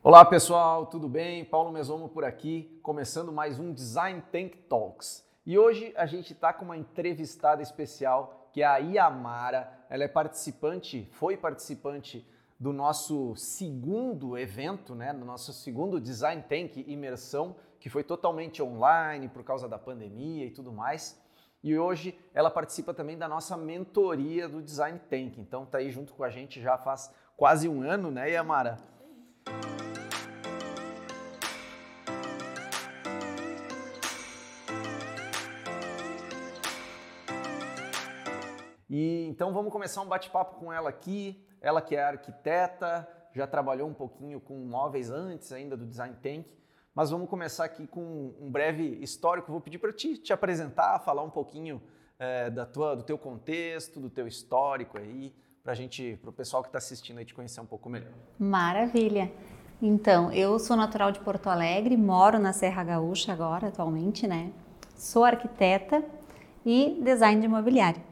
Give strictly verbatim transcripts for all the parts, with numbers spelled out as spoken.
Olá pessoal, tudo bem? Paulo Mesomo por aqui, começando mais um Design Tank Talks. E hoje a gente está com uma entrevistada especial que é a Yamara. Ela é participante, foi participante do nosso segundo evento, né? Do nosso segundo Design Tank Imersão, que foi totalmente online por causa da pandemia e tudo mais. E hoje ela participa também da nossa mentoria do Design Tank. Então tá aí junto com a gente já faz quase um ano, né, Yamara? E então vamos começar um bate-papo com ela aqui. Ela que é arquiteta, já trabalhou um pouquinho com móveis antes ainda do Design Tank, mas vamos começar aqui com um breve histórico. Vou pedir para ti te apresentar, falar um pouquinho é, da tua, do teu contexto, do teu histórico aí, para a gente, para o pessoal que está assistindo aí te conhecer um pouco melhor. Maravilha! Então, eu sou natural de Porto Alegre, moro na Serra Gaúcha agora, atualmente, né? Sou arquiteta e design de imobiliário.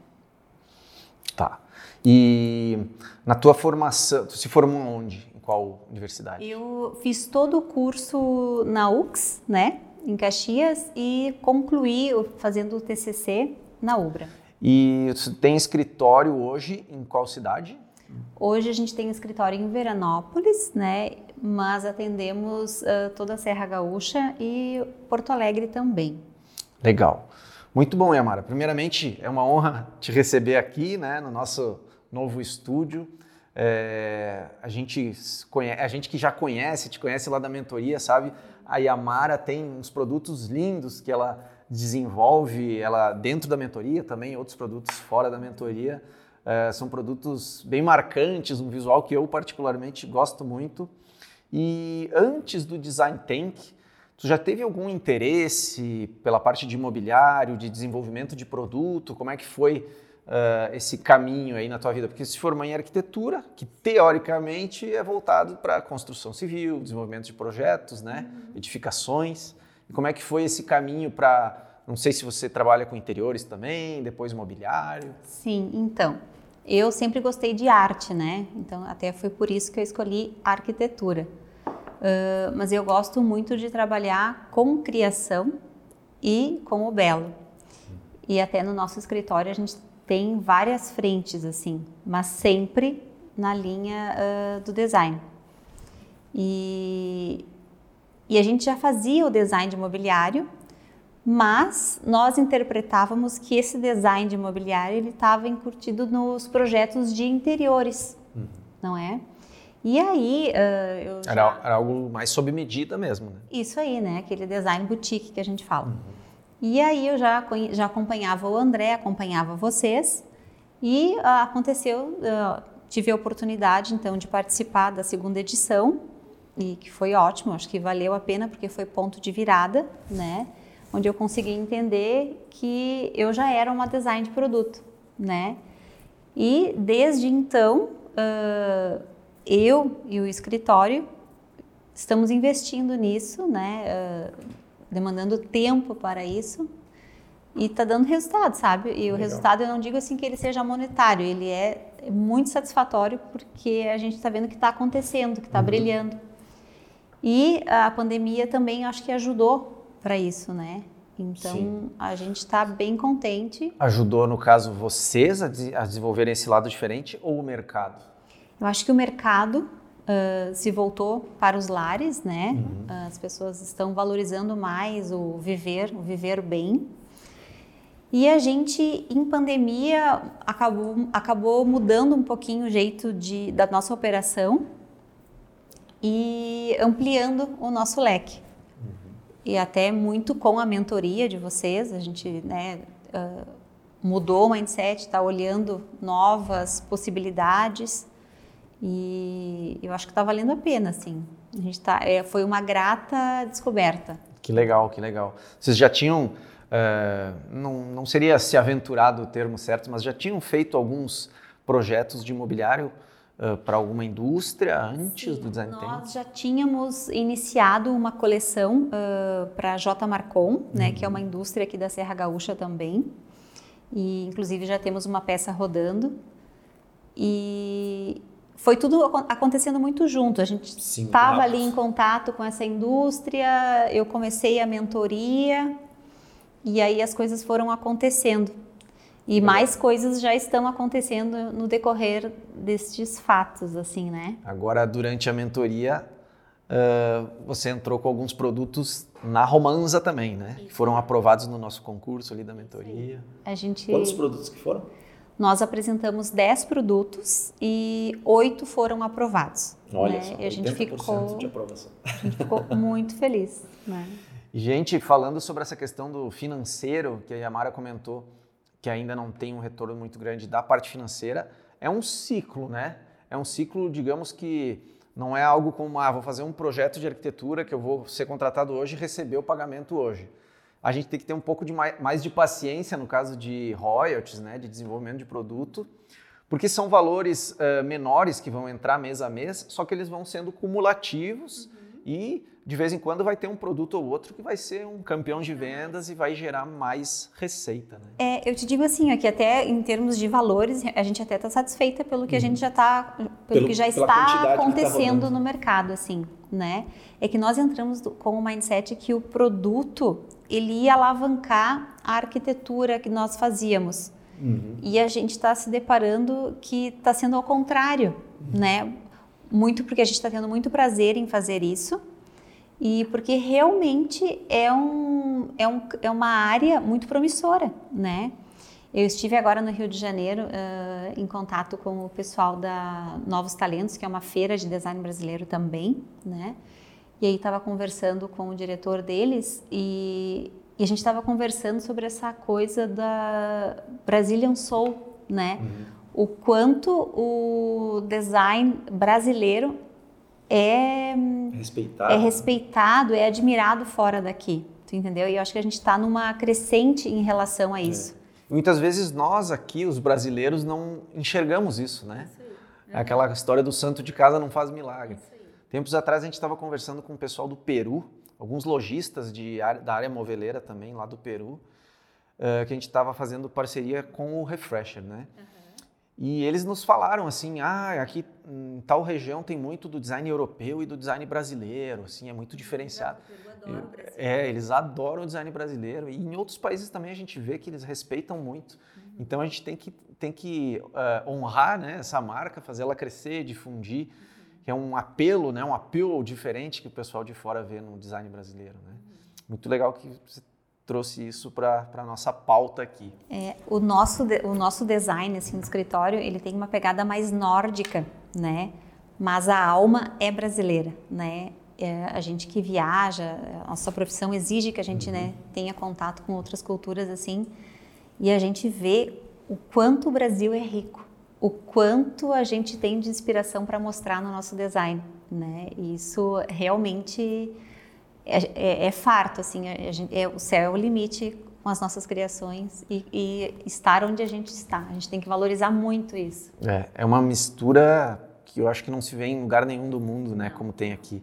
Tá. E na tua formação, tu se formou onde? Em qual universidade? Eu fiz todo o curso na U X, né, em Caxias, e concluí fazendo o T C C na Ubra. E você tem escritório hoje em qual cidade? Hoje a gente tem escritório em Veranópolis, né, mas atendemos uh, toda a Serra Gaúcha e Porto Alegre também. Legal. Muito bom, Yamara. Primeiramente, é uma honra te receber aqui, né, no nosso novo estúdio. É, a, gente conhece, a gente que já conhece, te conhece lá da mentoria, sabe? A Yamara tem uns produtos lindos que ela desenvolve, ela dentro da mentoria, também outros produtos fora da mentoria. É, são produtos bem marcantes, um visual que eu particularmente gosto muito. E antes do Design Tank, tu já teve algum interesse pela parte de imobiliário, de desenvolvimento de produto? Como é que foi uh, esse caminho aí na tua vida? Porque se formou em arquitetura, que teoricamente é voltado para construção civil, desenvolvimento de projetos, né? Uhum. Edificações. E como é que foi esse caminho para, não sei se você trabalha com interiores também, depois imobiliário? Sim, então, eu sempre gostei de arte, né? Então até foi por isso que eu escolhi arquitetura. Uh, mas eu gosto muito de trabalhar com criação e com o belo. E até no nosso escritório a gente tem várias frentes, assim, mas sempre na linha uh, do design. E, e a gente já fazia o design de imobiliário, mas nós interpretávamos que esse design de imobiliário ele estava incutido nos projetos de interiores, uhum. Não é? E aí, uh, eu já... era, era algo mais sob medida mesmo, né? Isso aí, né? Aquele design boutique que a gente fala. Uhum. E aí eu já, já acompanhava o André, acompanhava vocês e uh, aconteceu, uh, tive a oportunidade então de participar da segunda edição e que foi ótimo, acho que valeu a pena porque foi ponto de virada, né? Onde eu consegui entender que eu já era uma design de produto, né? E desde então... Uh, eu e o escritório estamos investindo nisso, né, uh, demandando tempo para isso e está dando resultado, sabe? E Legal. O resultado eu não digo assim que ele seja monetário, ele é muito satisfatório porque a gente está vendo que está acontecendo, que está uhum. brilhando. E a pandemia também acho que ajudou para isso, né? Então Sim. a gente está bem contente. Ajudou, no caso, vocês a, de- a desenvolverem esse lado diferente ou o mercado? Eu acho que o mercado uh, se voltou para os lares, né? Uhum. As pessoas estão valorizando mais o viver, o viver bem. E a gente, em pandemia, acabou, acabou mudando um pouquinho o jeito de, da nossa operação e ampliando o nosso leque. Uhum. E até muito com a mentoria de vocês, a gente, né, uh, mudou o mindset, está olhando novas possibilidades. E eu acho que está valendo a pena, assim. A gente tá, é, foi uma grata descoberta. Que legal, que legal. Vocês já tinham, uh, não, não seria se aventurado o termo certo, mas já tinham feito alguns projetos de imobiliário uh, para alguma indústria antes Sim, do Design Tank? Nós já tínhamos iniciado uma coleção uh, para a J. Marcon, uhum. né, que é uma indústria aqui da Serra Gaúcha também. E, inclusive, já temos uma peça rodando. E foi tudo acontecendo muito junto. A gente estava ali em contato com essa indústria, eu comecei a mentoria e aí as coisas foram acontecendo. E mais coisas já estão acontecendo no decorrer destes fatos, assim, né? Agora, durante a mentoria, uh, você entrou com alguns produtos na Romanza também, né? Que foram aprovados no nosso concurso ali da mentoria. A gente... Quantos produtos que foram? Nós apresentamos dez produtos e oito foram aprovados. Olha né? só, e a gente ficou, de aprovação. A gente ficou muito feliz. Né? E, gente, falando sobre essa questão do financeiro, que a Yamara comentou, que ainda não tem um retorno muito grande da parte financeira, é um ciclo, né? É um ciclo, digamos que não é algo como, ah, vou fazer um projeto de arquitetura que eu vou ser contratado hoje e receber o pagamento hoje. A gente tem que ter um pouco de mais, mais de paciência no caso de royalties, né, de desenvolvimento de produto, porque são valores uh, menores que vão entrar mês a mês, só que eles vão sendo cumulativos uhum. e de vez em quando vai ter um produto ou outro que vai ser um campeão de vendas e vai gerar mais receita. Né? É, eu te digo assim, ó, que até em termos de valores, a gente até está satisfeita pelo que uhum. a gente já está, pelo, pelo que já está acontecendo tá no mercado, assim, né? É que nós entramos com o mindset que o produto ele ia alavancar a arquitetura que nós fazíamos. Uhum. E a gente está se deparando que está sendo ao contrário, uhum. né? Muito porque a gente está tendo muito prazer em fazer isso e porque realmente é, um, é, um, é uma área muito promissora, né? Eu estive agora no Rio de Janeiro uh, em contato com o pessoal da Novos Talentos, que é uma feira de design brasileiro também, né? E aí estava conversando com o diretor deles e, e a gente estava conversando sobre essa coisa da Brazilian Soul, né? Uhum. O quanto o design brasileiro é respeitado. é respeitado, é admirado fora daqui, tu entendeu? E eu acho que a gente está numa crescente em relação a isso. É. Muitas vezes nós aqui, os brasileiros, não enxergamos isso, né? Isso aí. Uhum. Aquela história do santo de casa não faz milagre. Isso aí. Tempos atrás a gente estava conversando com o pessoal do Peru, alguns lojistas de, da área moveleira também, lá do Peru, uh, que a gente estava fazendo parceria com o Refresher, né? Uhum. E eles nos falaram assim, ah, aqui em tal região tem muito do design europeu e do design brasileiro, assim, é muito diferenciado. Eu adoro o Brasil. É, eles adoram o design brasileiro e em outros países também a gente vê que eles respeitam muito. Uhum. Então a gente tem que, tem que uh, honrar, né, essa marca, fazer ela crescer, difundir, uhum. que é um apelo, né, um apelo diferente que o pessoal de fora vê no design brasileiro. Né? Uhum. Muito legal que você trouxe isso para a nossa pauta aqui. É, o, nosso, o nosso design assim, no escritório, ele tem uma pegada mais nórdica, né? Mas a alma é brasileira, né? É, a gente que viaja, a nossa profissão exige que a gente, uhum. né, tenha contato com outras culturas assim, e a gente vê o quanto o Brasil é rico, o quanto a gente tem de inspiração para mostrar no nosso design, né? E isso realmente é, é, é farto, assim, a gente, é, o céu é o limite com as nossas criações e, e estar onde a gente está. A gente tem que valorizar muito isso. É, é uma mistura que eu acho que não se vê em lugar nenhum do mundo, né, como tem aqui.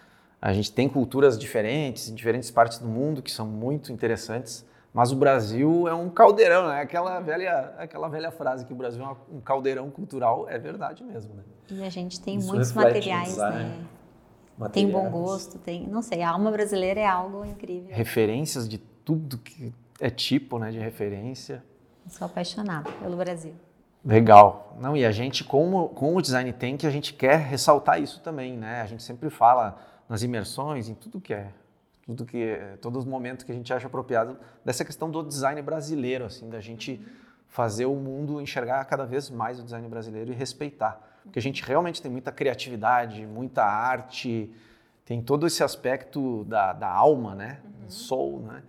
A gente tem culturas diferentes em diferentes partes do mundo que são muito interessantes, mas o Brasil é um caldeirão, né? Aquela velha, aquela velha frase que o Brasil é um caldeirão cultural, é verdade mesmo, né? E a gente tem isso muitos materiais, né? Materiais. Tem bom gosto, tem, não sei, a alma brasileira é algo incrível. Referências de tudo que é tipo, né, de referência. Eu sou apaixonada pelo Brasil. Legal. Não, e a gente, como, como o Design Tank, a gente quer ressaltar isso também, né? A gente sempre fala nas imersões, em tudo que é, tudo que, todos os momentos que a gente acha apropriado dessa questão do design brasileiro, assim, da gente fazer o mundo enxergar cada vez mais o design brasileiro e respeitar. Porque a gente realmente tem muita criatividade, muita arte, tem todo esse aspecto da, da alma, né? Uhum. Soul, né?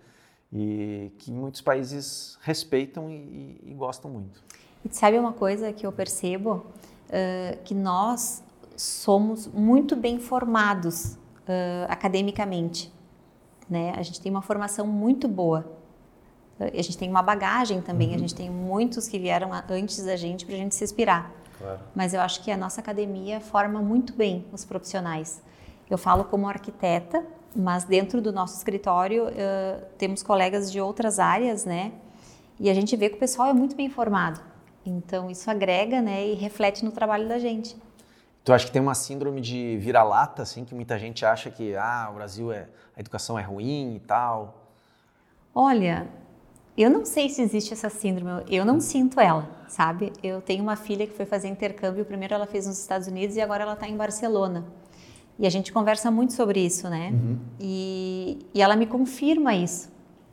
E que muitos países respeitam e, e gostam muito. E sabe uma coisa que eu percebo? Uh, que nós somos muito bem formados uh, academicamente, né? A gente tem uma formação muito boa. Uh, a gente tem uma bagagem também, uhum. A gente tem muitos que vieram antes da gente para a gente se inspirar. Claro. Mas eu acho que a nossa academia forma muito bem os profissionais. Eu falo como arquiteta, mas dentro do nosso escritório uh, temos colegas de outras áreas, né? E a gente vê que o pessoal é muito bem formado. Então isso agrega, né, e reflete no trabalho da gente. Tu acha que tem uma síndrome de vira-lata, assim, que muita gente acha que ah, o Brasil é, a educação é ruim e tal? Olha, eu não sei se existe essa síndrome, eu não sinto ela, sabe? Eu tenho uma filha que foi fazer intercâmbio, primeiro ela fez nos Estados Unidos e agora ela está em Barcelona. E a gente conversa muito sobre isso, né? Uhum. E, e ela me confirma isso.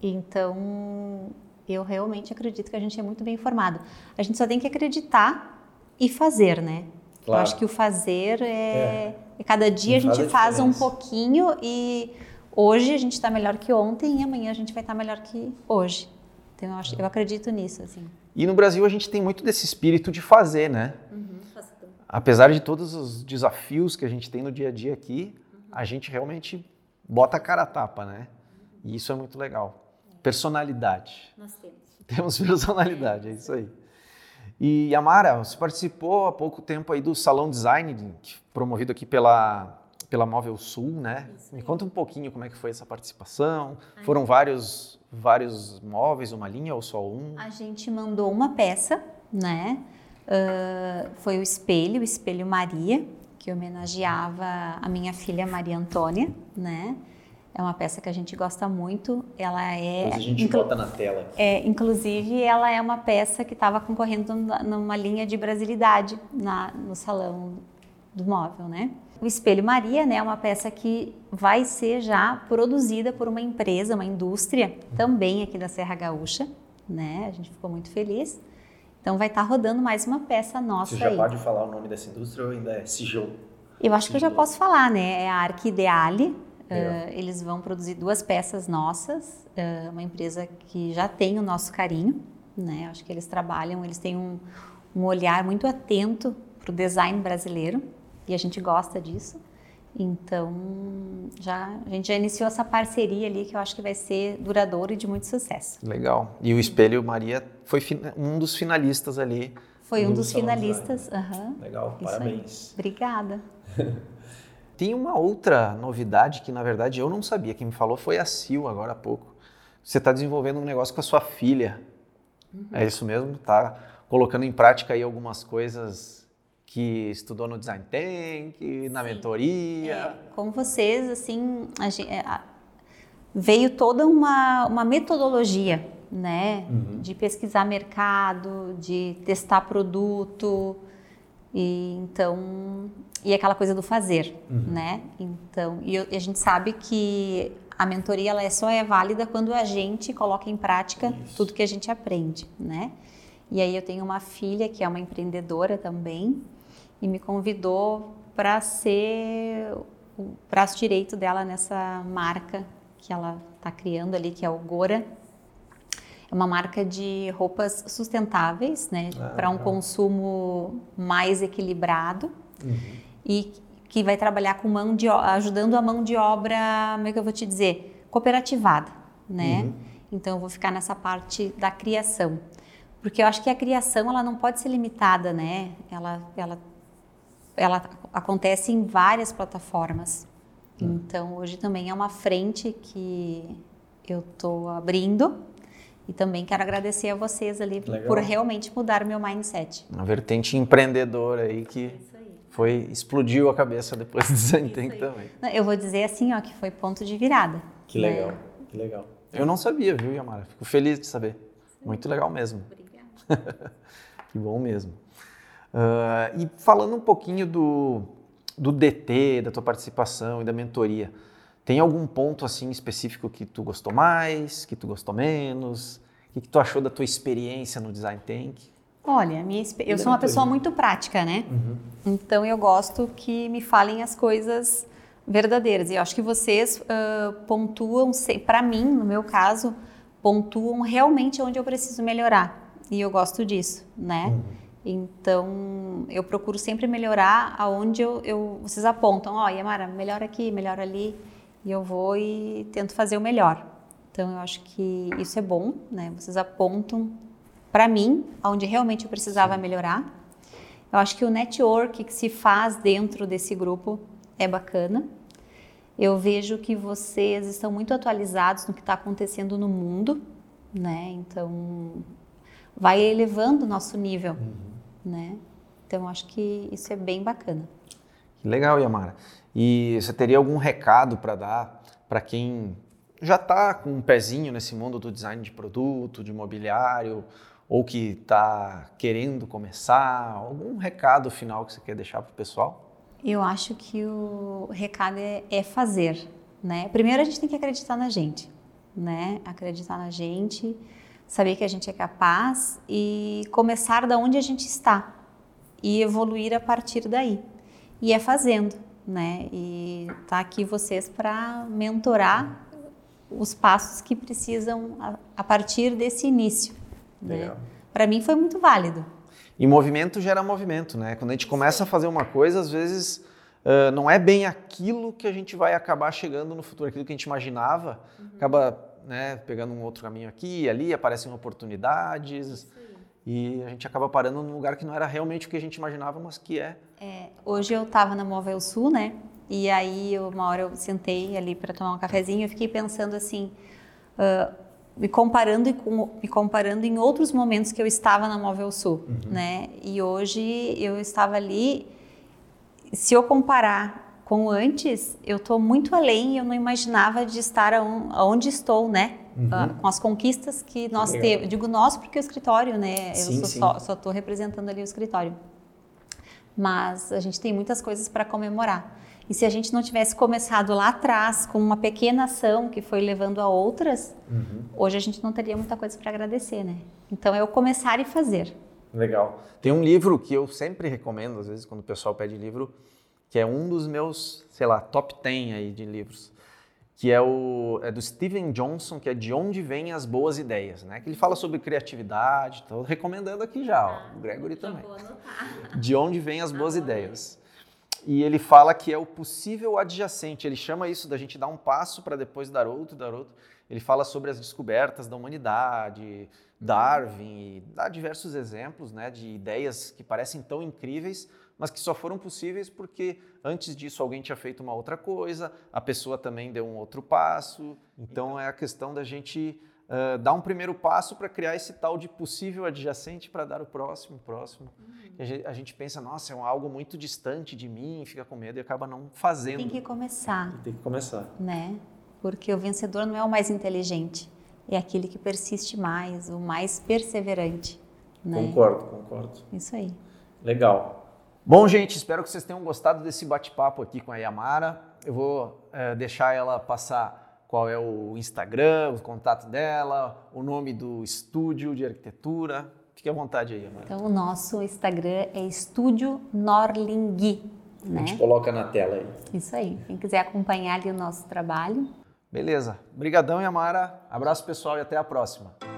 Então, eu realmente acredito que a gente é muito bem informado. A gente só tem que acreditar e fazer, né? Claro. Eu acho que o fazer é... é. é cada dia a gente faz um pouquinho e hoje a gente está melhor que ontem e amanhã a gente vai estar melhor que hoje. Então, eu, acho, eu acredito nisso, assim. E no Brasil a gente tem muito desse espírito de fazer, né? Uhum, apesar de todos os desafios que a gente tem no dia a dia aqui, uhum. a gente realmente bota a cara a tapa, né? E isso é muito legal. Personalidade. Nós temos. Temos personalidade, é isso aí. E Yamara, você participou há pouco tempo aí do Salão Design, promovido aqui pela, pela Móvel Sul, né? Isso. Me conta um pouquinho como é que foi essa participação. Ai. Foram vários, vários móveis, uma linha ou só um? A gente mandou uma peça, né? Uh, foi o espelho, o espelho Maria, que homenageava a minha filha Maria Antônia, né? É uma peça que a gente gosta muito. Ela é. Depois a gente inclu- bota na tela. É, inclusive, ela é uma peça que estava concorrendo numa linha de brasilidade na, no salão do móvel, né? O espelho Maria, né, é uma peça que vai ser já produzida por uma empresa, uma indústria, também aqui da Serra Gaúcha, né? A gente ficou muito feliz. Então vai estar rodando mais uma peça nossa. Você já aí. Pode falar o nome dessa indústria ou ainda é sigilo? Eu acho sigilo. que eu já posso falar, né? É a Arquideale. Uh, eles vão produzir duas peças nossas, uh, uma empresa que já tem o nosso carinho, né? Acho que eles trabalham, eles têm um, um olhar muito atento para o design brasileiro e a gente gosta disso. Então, já, a gente já iniciou essa parceria ali que eu acho que vai ser duradoura e de muito sucesso. Legal. E o Espelho Maria foi um dos finalistas ali. Foi um dos finalistas. Uhum. Legal, parabéns. Obrigada. Tem uma outra novidade que, na verdade, eu não sabia. Quem me falou foi a Sil, agora há pouco. Você está desenvolvendo um negócio com a sua filha. Uhum. É isso mesmo? Está colocando em prática aí algumas coisas que estudou no Design Tank, na Sim. mentoria. É, com vocês, assim, a gente, a, veio toda uma, uma metodologia, né? Uhum. De pesquisar mercado, de testar produto. E então, e aquela coisa do fazer, uhum. né? Então, e, eu, e a gente sabe que a mentoria ela é só é válida quando a gente coloca em prática Isso. tudo que a gente aprende, né? E aí eu tenho uma filha que é uma empreendedora também e me convidou para ser o braço direito dela nessa marca que ela está criando ali, que é o Gora. É uma marca de roupas sustentáveis, né, ah, para um ah. consumo mais equilibrado uhum. e que vai trabalhar com mão de ajudando a mão de obra, como é que eu vou te dizer, cooperativada, né? Uhum. Então eu vou ficar nessa parte da criação, porque eu acho que a criação ela não pode ser limitada, né? Ela ela ela acontece em várias plataformas. Uhum. Então hoje também é uma frente que eu tô abrindo. E também quero agradecer a vocês ali Legal. por realmente mudar o meu mindset. Uma vertente empreendedora aí que aí. foi explodiu a cabeça depois do Design Tank também. Eu vou dizer assim, ó, que foi ponto de virada. Que legal, né? que legal. Eu não sabia, viu, Yamara? Fico feliz de saber. Sim. Muito legal mesmo. Obrigada. Que bom mesmo. Uh, e falando um pouquinho do, do D T, da tua participação e da mentoria, tem algum ponto assim específico que tu gostou mais, que tu gostou menos? O que, que tu achou da tua experiência no Design Tank? Olha, minha, eu sou uma pessoa muito prática, né? Uhum. Então eu gosto que me falem as coisas verdadeiras. E eu acho que vocês uh, pontuam, para mim, no meu caso, pontuam realmente onde eu preciso melhorar. E eu gosto disso, né? Uhum. Então eu procuro sempre melhorar aonde eu, eu, vocês apontam. Ó, oh, Yamara, melhor aqui, melhor ali. E eu vou e tento fazer o melhor. Então, eu acho que isso é bom, né? Vocês apontam para mim, onde realmente eu precisava Sim. melhorar. Eu acho que o network que se faz dentro desse grupo é bacana. Eu vejo que vocês estão muito atualizados no que está acontecendo no mundo, né? Então, vai elevando o nosso nível, uhum. né? Então, eu acho que isso é bem bacana. Que legal, Yamara. E você teria algum recado para dar para quem já está com um pezinho nesse mundo do design de produto, de mobiliário, ou que está querendo começar? Algum recado final que você quer deixar para o pessoal? Eu acho que o recado é, é fazer, né? Primeiro a gente tem que acreditar na gente, né? Acreditar na gente, saber que a gente é capaz e começar da onde a gente está e evoluir a partir daí. E é fazendo, né? E tá aqui vocês para mentorar os passos que precisam a, a partir desse início. Né? Para mim foi muito válido. E movimento gera movimento, né? Quando a gente começa a fazer uma coisa, às vezes uh, não é bem aquilo que a gente vai acabar chegando no futuro, aquilo que a gente imaginava, uhum. acaba, né, pegando um outro caminho aqui e ali, aparecem oportunidades e a gente acaba parando num lugar que não era realmente o que a gente imaginava, mas que é. é hoje eu estava na Móvel Sul, né? E aí eu, uma hora eu sentei ali para tomar um cafezinho e eu fiquei pensando assim, uh, me comparando e com, me comparando em outros momentos que eu estava na Móvel Sul, uhum. né? E hoje eu estava ali, se eu comparar com antes, eu estou muito além e eu não imaginava de estar aonde estou, né? Uhum. Uh, com as conquistas que nós temos. Digo nós porque o escritório, né? Sim, eu sou só estou representando ali o escritório. Mas a gente tem muitas coisas para comemorar. E se a gente não tivesse começado lá atrás com uma pequena ação que foi levando a outras, uhum. hoje a gente não teria muita coisa para agradecer, né? Então é o começar e fazer. Legal. Tem um livro que eu sempre recomendo, às vezes, quando o pessoal pede livro, que é um dos meus, sei lá, top dez aí de livros, que é, o, é do Steven Johnson, que é De Onde Vêm as Boas Ideias, né? Que ele fala sobre criatividade, estou recomendando aqui já, ó, o Gregory também. Vou anotar. De Onde Vêm as Boas Ideias. E ele fala que é o possível adjacente, ele chama isso da gente dar um passo para depois dar outro, dar outro. Ele fala sobre as descobertas da humanidade, Darwin, e dá diversos exemplos, né, de ideias que parecem tão incríveis, mas que só foram possíveis porque antes disso alguém tinha feito uma outra coisa, a pessoa também deu um outro passo. Então é a questão da gente uh, dar um primeiro passo para criar esse tal de possível adjacente para dar o próximo, próximo. Uhum. A gente, a gente pensa, nossa, é um, algo muito distante de mim, fica com medo e acaba não fazendo. Tem que começar. Tem que começar. Né? Porque o vencedor não é o mais inteligente, é aquele que persiste mais, o mais perseverante. Né? Concordo, concordo. Isso aí. Legal. Bom, gente, espero que vocês tenham gostado desse bate-papo aqui com a Yamara. Eu vou é, deixar ela passar qual é o Instagram, o contato dela, o nome do estúdio de arquitetura. Fique à vontade aí, Yamara. Então, o nosso Instagram é Estúdio Norlingui. Né? A gente coloca na tela aí. Isso aí. Quem quiser acompanhar ali o nosso trabalho. Beleza. Obrigadão, Yamara. Abraço, pessoal, e até a próxima.